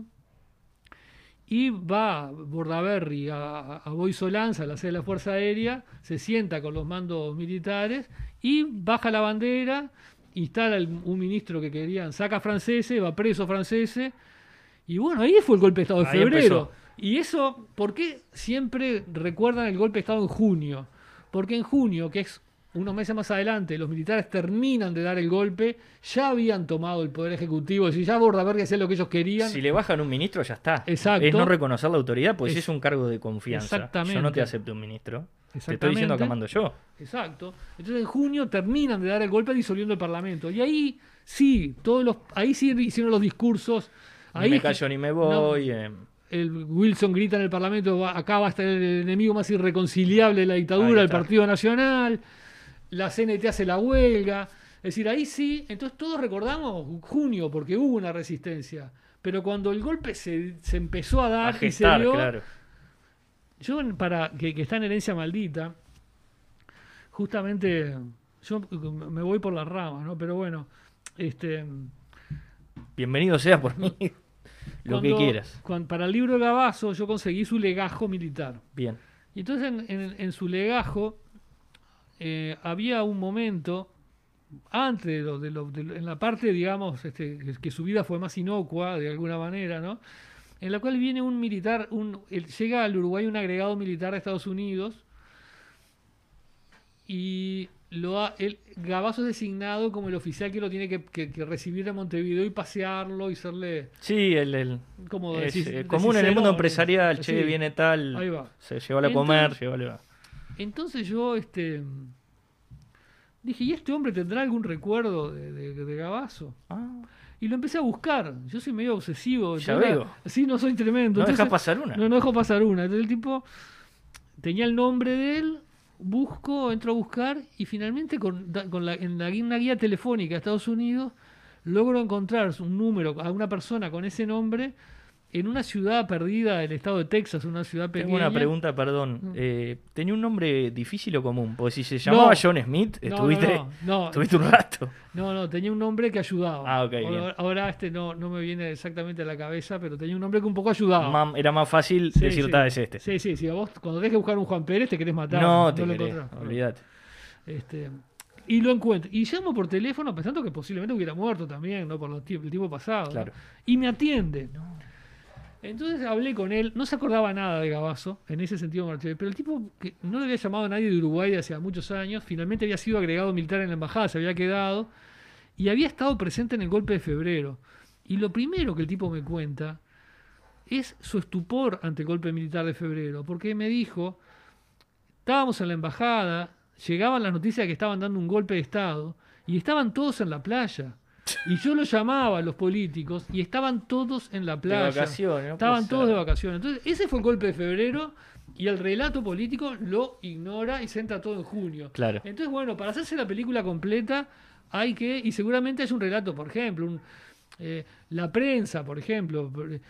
y va Bordaberry a Boisolanza, a la sede de la Fuerza Aérea, se sienta con los mandos militares, y baja la bandera, instala un ministro que querían, saca franceses, va preso franceses, y bueno, ahí fue el golpe de Estado de febrero. Empezó. Y eso, ¿por qué siempre recuerdan el golpe de Estado en junio? Porque en junio, que es unos meses más adelante, los militares terminan de dar el golpe, ya habían tomado el poder ejecutivo, es decir, ya Bordaberry hacía lo que ellos querían. Si le bajan un ministro, ya está. Exacto. Es no reconocer la autoridad, pues es un cargo de confianza. Exactamente. Yo no te acepto un ministro. Te estoy diciendo que mando yo. Exacto. Entonces en junio terminan de dar el golpe disolviendo el Parlamento. Y ahí sí, ahí sí hicieron los discursos. Ahí ni me callo ni me voy. El Wilson grita en el Parlamento, acá va a estar el enemigo más irreconciliable de la dictadura, el Partido Nacional. La CNT hace la huelga. Es decir, ahí sí, entonces todos recordamos junio porque hubo una resistencia. Pero cuando el golpe se empezó a dar y se dio, claro. Yo, para que está en Herencia Maldita, justamente, yo me voy por las ramas, ¿no? Pero bueno, bienvenido sea por mí, lo que quieras. Para el libro de Gavazo yo conseguí su legajo militar. Bien. Y entonces en su legajo había un momento, antes en la parte, digamos, que su vida fue más inocua, de alguna manera, ¿no? En la cual viene un militar, llega al Uruguay un agregado militar de Estados Unidos y Gavazo es designado como el oficial que lo tiene que recibir en Montevideo y pasearlo y serle... Sí, como común en el mundo empresarial, che, viene tal, ahí va. Se lleva a comer, llévale. Entonces yo dije, ¿y este hombre tendrá algún recuerdo de Gavazo? Y lo empecé a buscar. Yo soy medio obsesivo. Ya veo. Sí, no soy tremendo. No Entonces, dejas pasar una. No dejo pasar una. Entonces el tipo tenía el nombre de él, entro a buscar y finalmente en una guía telefónica de Estados Unidos logro encontrar un número a una persona con ese nombre en una ciudad perdida del estado de Texas, una ciudad pequeña. Tengo una pregunta, perdón. ¿Tenía un nombre difícil o común? Porque si se llamaba John Smith, estuviste un rato. No, tenía un nombre que ayudaba. Ah, ok, bien. Ahora no me viene exactamente a la cabeza, pero tenía un nombre que un poco ayudaba. Era más fácil decir, es este. Sí, a vos cuando dejes de buscar un Juan Pérez te querés matar. No te querés, olvídate. Y lo encuentro. Y llamo por teléfono pensando que posiblemente hubiera muerto también, ¿no? Por el tiempo pasado. Claro. ¿no? Y me atiende. Entonces hablé con él, no se acordaba nada de Gabazo, en ese sentido, pero el tipo que no le había llamado a nadie de Uruguay de hace muchos años, finalmente había sido agregado militar en la embajada, se había quedado, y había estado presente en el golpe de febrero. Y lo primero que el tipo me cuenta es su estupor ante el golpe militar de febrero, porque me dijo, estábamos en la embajada, llegaban las noticias de que estaban dando un golpe de Estado, y estaban todos en la playa. Y yo los llamaba a los políticos y estaban todos en la playa. De vacaciones. Estaban todos de vacaciones. Entonces, ese fue el golpe de febrero y el relato político lo ignora y se entra todo en junio. Claro. Entonces, bueno, para hacerse la película completa y seguramente es un relato, por ejemplo, la prensa, por ejemplo,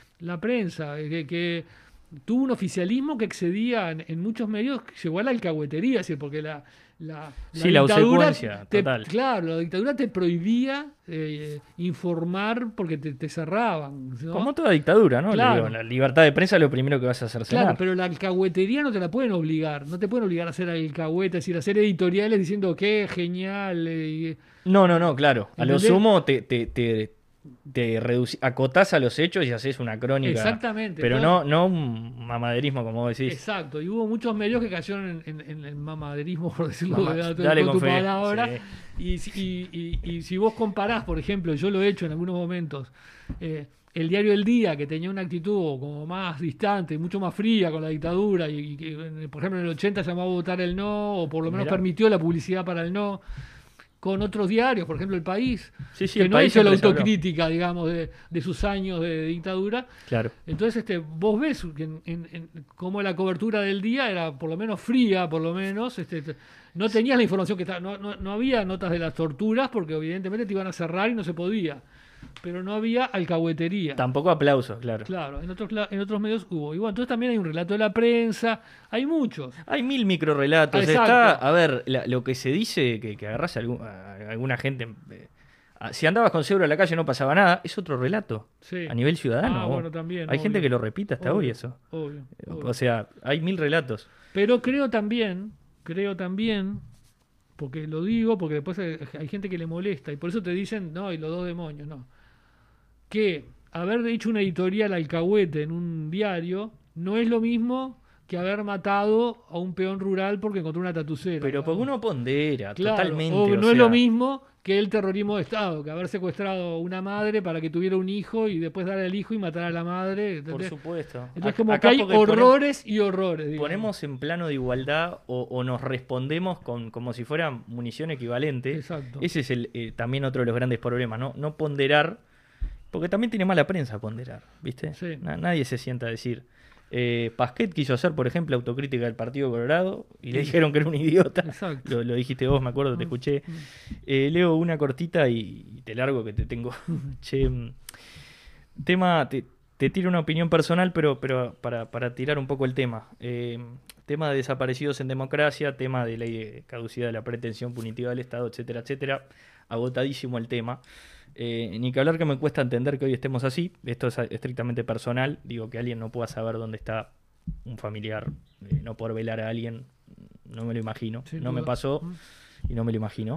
que tuvo un oficialismo que excedía en muchos medios, llegó a la alcahuetería, es decir, porque la dictadura total. Claro, la dictadura te prohibía informar porque te cerraban, ¿no? Como toda dictadura, ¿no? Claro. Digo, la libertad de prensa es lo primero que vas a hacer. Claro, pero la alcahuetería no te la pueden obligar. No te pueden obligar a hacer alcahueta, es decir, a hacer editoriales diciendo que genial. No, claro. A lo ¿Entendés? sumo te acotás a los hechos y haces una crónica. Exactamente. Pero no un mamaderismo, como vos decís. Exacto. Y hubo muchos medios que cayeron en el mamaderismo, por decirlo Dale con tu fe. palabra. Sí. Y si vos comparás, por ejemplo, yo lo he hecho en algunos momentos, el diario El Día, que tenía una actitud como más distante, mucho más fría con la dictadura, y que, por ejemplo, en el 80 llamaba a votar el no, o por lo menos permitió la publicidad para el no, con otros diarios, por ejemplo El País, Sí, que el no País hizo la siempre se habló. autocrítica, digamos, de sus años de dictadura. Claro. Entonces vos ves que como la cobertura del día era por lo menos fría, por lo menos, no tenías la información que estaba, no había notas de las torturas porque evidentemente te iban a cerrar y no se podía, pero no había alcahuetería. Tampoco aplausos, claro. Claro, en otros medios hubo. Y bueno, entonces también hay un relato de la prensa, hay muchos. Hay 1000 microrelatos. Exacto. A ver, lo que se dice, que agarrás a alguna gente. Si andabas con seguro a la calle no pasaba nada, es otro relato. Sí. A nivel ciudadano. Bueno, también. Hay obvio, gente que lo repite hasta obvio, hoy eso. Obvio. O sea, hay 1000 relatos. Pero creo también, porque lo digo, porque después hay gente que le molesta, y por eso te dicen, no, y los dos demonios, no. Que haber hecho una editorial alcahuete en un diario no es lo mismo que haber matado a un peón rural porque encontró una tatucera. Pero porque uno pondera, Claro, totalmente. o no es lo mismo que el terrorismo de Estado, que haber secuestrado una madre para que tuviera un hijo y después dar al hijo y matar a la madre. Por supuesto. Entonces como que hay horrores y horrores. Digamos. Ponemos en plano de igualdad o nos respondemos como si fuera munición equivalente. Exacto. Ese es también otro de los grandes problemas, no ponderar, porque también tiene mala prensa ponderar, ¿viste? Sí. Nadie se sienta a decir. Pasquet quiso hacer, por ejemplo, autocrítica del Partido Colorado y le dijeron que era un idiota. Exacto. Lo dijiste vos, me acuerdo, te escuché. Leo una cortita y te largo que te tengo. Che, te tiro una opinión personal, pero para tirar un poco el tema. Tema de desaparecidos en democracia, tema de ley de caducidad de la pretensión punitiva del Estado, etcétera, etcétera. Agotadísimo el tema. Ni que hablar que me cuesta entender que hoy estemos así. Esto es estrictamente personal. Digo, que alguien no pueda saber dónde está un familiar, no poder velar a alguien, no me lo imagino. No me pasó y no me lo imagino.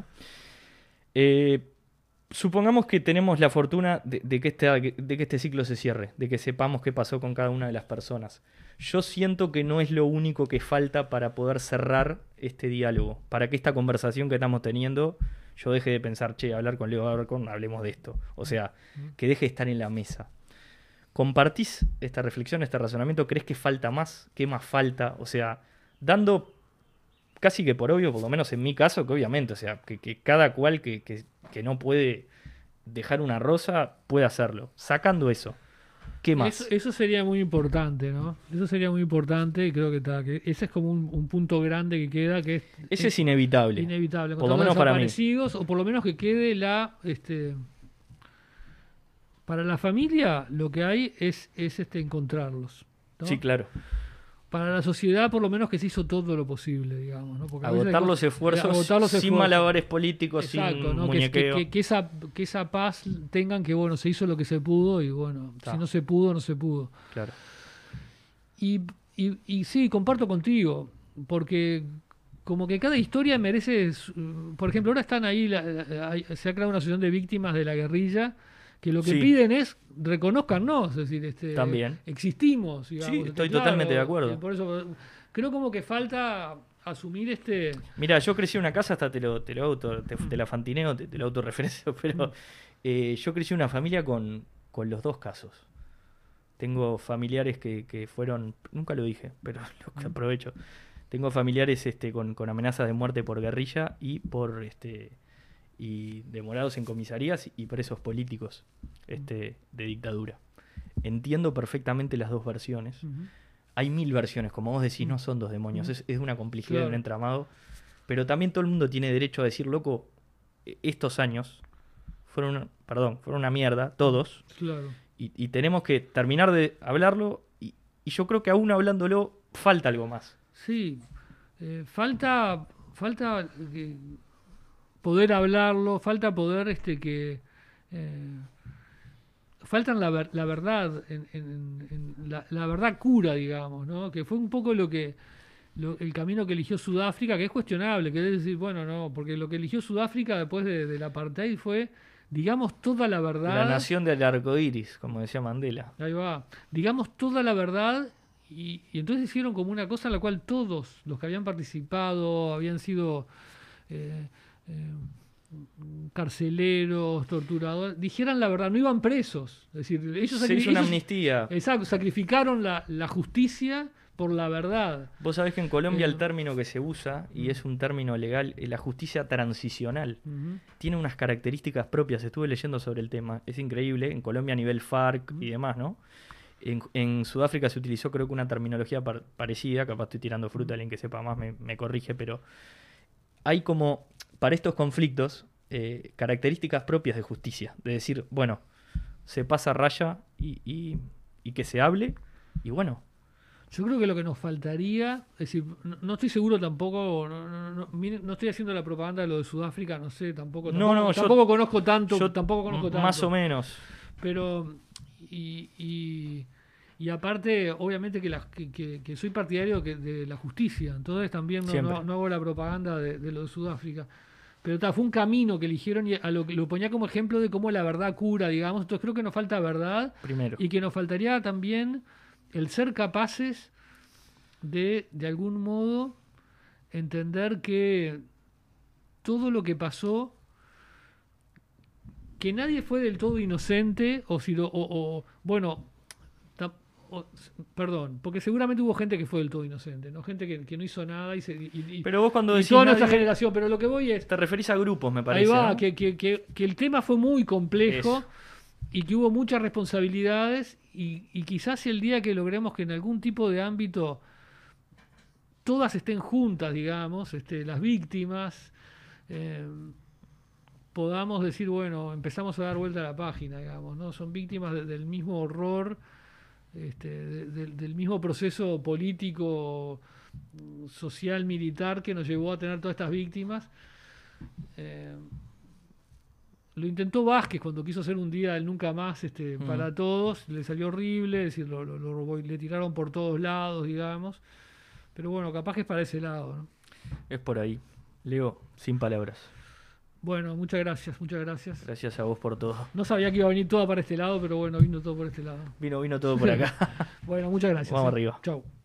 Supongamos que tenemos la fortuna de que este ciclo se cierre, de que sepamos qué pasó con cada una de las personas. Yo siento que no es lo único que falta para poder cerrar este diálogo, para que esta conversación que estamos teniendo, yo deje de pensar, hablar con Leo Abercorn, hablemos de esto. O sea, que deje de estar en la mesa. ¿Compartís esta reflexión, este razonamiento? ¿Crees que falta más? ¿Qué más falta? O sea, dando casi que por obvio, por lo menos en mi caso, que obviamente, o sea, que cada cual que no puede dejar una rosa, puede hacerlo. Sacando eso, ¿qué más? Eso sería muy importante, ¿no? Eso sería muy importante y creo que ese es como un punto grande que queda, que Ese es inevitable. Inevitable. Por lo menos para mí. O por lo menos que quede para la familia lo que hay es encontrarlos, ¿no? Sí, claro. Para la sociedad, por lo menos que se hizo todo lo posible, digamos, ¿no? Porque Agotar los esfuerzos sin malabares políticos, exacto, sin ¿no? muñequeo. Que esa paz tengan que, bueno, se hizo lo que se pudo y, bueno, si no se pudo, no se pudo. Claro. Y sí, comparto contigo, porque como que cada historia merece... Por ejemplo, ahora están ahí, se ha creado una asociación de víctimas de la guerrilla, que lo que piden es reconózcannos, es decir, también existimos, digamos. Sí, estoy totalmente de acuerdo. Por eso creo como que falta asumir Mira, yo crecí en una casa, hasta te la fantineo, te lo autorreferencio, pero yo crecí en una familia con los dos casos. Tengo familiares que fueron, nunca lo dije, pero lo que aprovecho. Tengo familiares con amenazas de muerte por guerrilla y por y demorados en comisarías y presos políticos de dictadura. Entiendo perfectamente las dos versiones. Hay 1000 versiones, como vos decís, no son dos demonios, es una complejidad de un entramado. Pero también todo el mundo tiene derecho a decir, loco, estos años fueron una mierda, todos. Claro. Y tenemos que terminar de hablarlo y yo creo que aún hablándolo falta algo más. Sí, falta poder hablarlo, falta poder faltan la verdad, la verdad cura, digamos, ¿no? Que fue un poco el camino que eligió Sudáfrica, que es cuestionable, que es decir, bueno, no, porque lo que eligió Sudáfrica después del apartheid fue, digamos, toda la verdad. La nación del arco iris, como decía Mandela. Ahí va. Digamos toda la verdad, y entonces hicieron como una cosa en la cual todos los que habían participado, habían sido carceleros, torturadores, dijeran la verdad, no iban presos. Es decir, ellos se hizo una amnistía. Exacto, sacrificaron la justicia por la verdad. Vos sabés que en Colombia el término que se usa, y es un término legal, la justicia transicional, tiene unas características propias. Estuve leyendo sobre el tema, es increíble. En Colombia a nivel FARC y demás, ¿no? En Sudáfrica se utilizó creo que una terminología parecida, capaz estoy tirando fruta, alguien que sepa más me corrige, pero hay como, para estos conflictos, características propias de justicia, de decir, bueno, se pasa raya y que se hable, y bueno. Yo creo que lo que nos faltaría, es decir, no estoy seguro tampoco, no estoy haciendo la propaganda de lo de Sudáfrica, no sé, tampoco conozco tanto, más o menos. Pero y aparte, obviamente que soy partidario de la justicia, entonces también no hago la propaganda de lo de Sudáfrica. Pero fue un camino que eligieron y lo ponía como ejemplo de cómo la verdad cura, digamos. Entonces creo que nos falta verdad. Primero. Y que nos faltaría también el ser capaces de algún modo, entender que todo lo que pasó, que nadie fue del todo inocente, perdón, porque seguramente hubo gente que fue del todo inocente, ¿no? Gente que no hizo nada pero vos cuando decís toda nuestra generación, pero lo que voy es... Te referís a grupos, me parece. Ahí va, ¿no? que el tema fue muy complejo. Eso. Y que hubo muchas responsabilidades y quizás el día que logremos que en algún tipo de ámbito todas estén juntas, digamos, las víctimas, podamos decir, bueno, empezamos a dar vuelta a la página, digamos, ¿no? Son víctimas del mismo horror, del mismo proceso político, social, militar que nos llevó a tener todas estas víctimas. Lo intentó Vázquez cuando quiso hacer un día del nunca más para todos, le salió horrible, es decir, le tiraron por todos lados, digamos. Pero bueno, capaz que es para ese lado, ¿no? Es por ahí. Leo, sin palabras. Bueno, muchas gracias, muchas gracias. Gracias a vos por todo. No sabía que iba a venir todo para este lado, pero bueno, vino todo por este lado. Vino todo por acá. Bueno, muchas gracias. Vamos arriba. Chau.